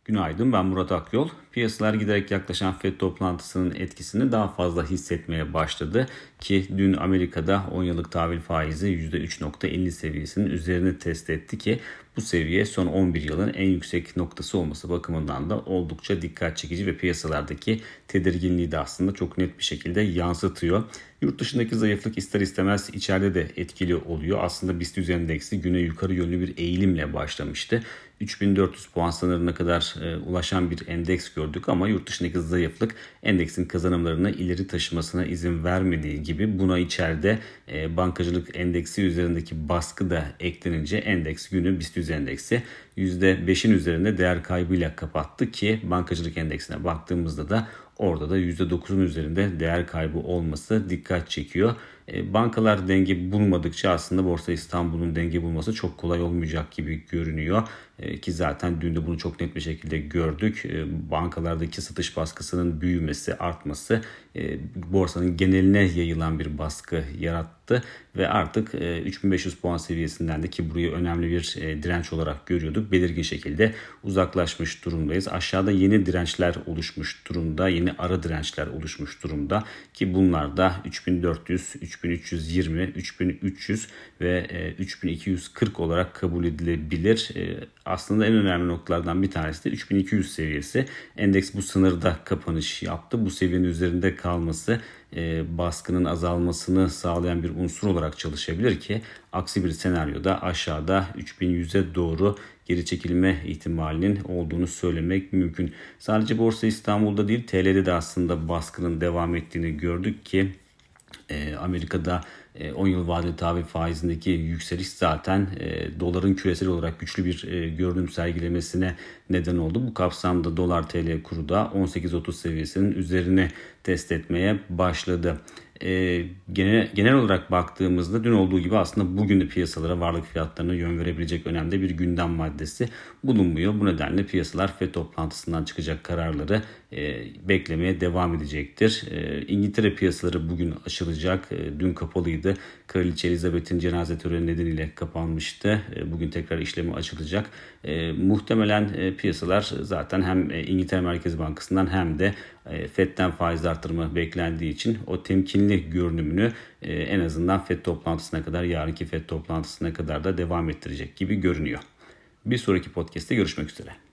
Günaydın, ben Murat Akyol. Piyasalar giderek yaklaşan FED toplantısının etkisini daha fazla hissetmeye başladı ki dün Amerika'da 10 yıllık tahvil faizi %3.50 seviyesinin üzerine test etti ki bu seviye son 11 yılın en yüksek noktası olması bakımından da oldukça dikkat çekici ve piyasalardaki tedirginliği de aslında çok net bir şekilde yansıtıyor. Yurt dışındaki zayıflık ister istemez içeride de etkili oluyor. Aslında BIST endeksi güne yukarı yönlü bir eğilimle başlamıştı. 3400 puan sınırına kadar ulaşan bir endeks gördük ama yurt dışındaki zayıflık endeksin kazanımlarını ileri taşımasına izin vermediği gibi buna içeride bankacılık endeksi üzerindeki baskı da eklenince endeks günü BIST endeksi %5'in üzerinde değer kaybıyla kapattı ki bankacılık endeksine baktığımızda da orada da %9'un üzerinde değer kaybı olması dikkat çekiyor. Bankalar denge bulmadıkça aslında Borsa İstanbul'un denge bulması çok kolay olmayacak gibi görünüyor. Ki zaten dün de bunu çok net bir şekilde gördük. Bankalardaki satış baskısının büyümesi, artması borsanın geneline yayılan bir baskı yarattı ve artık 3500 puan seviyesinden de ki burayı önemli bir direnç olarak görüyorduk. Belirgin şekilde uzaklaşmış durumdayız. Aşağıda yeni dirençler oluşmuş durumda. Yeni ara dirençler oluşmuş durumda ki bunlar da 3400, 3320, 3300 ve 3240 olarak kabul edilebilir. Aslında en önemli noktalardan bir tanesi de 3200 seviyesi. Endeks bu sınırda kapanış yaptı. Bu seviyenin üzerinde kalması baskının azalmasını sağlayan bir unsur olarak çalışabilir ki aksi bir senaryoda aşağıda 3100'e doğru geri çekilme ihtimalinin olduğunu söylemek mümkün. Sadece Borsa İstanbul'da değil TL'de de aslında baskının devam ettiğini gördük ki Amerika'da 10 yıl vadeli tahvil faizindeki yükseliş zaten doların küresel olarak güçlü bir görünüm sergilemesine neden oldu. Bu kapsamda dolar TL kuru da 18.30 seviyesinin üzerine test etmeye başladı. Genel olarak baktığımızda dün olduğu gibi aslında bugün de piyasalara varlık fiyatlarına yön verebilecek önemli bir gündem maddesi bulunmuyor. Bu nedenle piyasalar FED toplantısından çıkacak kararları beklemeye devam edecektir. İngiltere piyasaları bugün açılacak. Dün kapalıydı. Kraliçe Elizabeth'in cenaze töreni nedeniyle kapanmıştı. Bugün tekrar işlemi açılacak. Muhtemelen piyasalar zaten hem İngiltere Merkez Bankası'ndan hem de FED'den faiz artırımı beklendiği için o temkinli görünümünü en azından FED toplantısına kadar, yarınki FED toplantısına kadar da devam ettirecek gibi görünüyor. Bir sonraki podcast'te görüşmek üzere.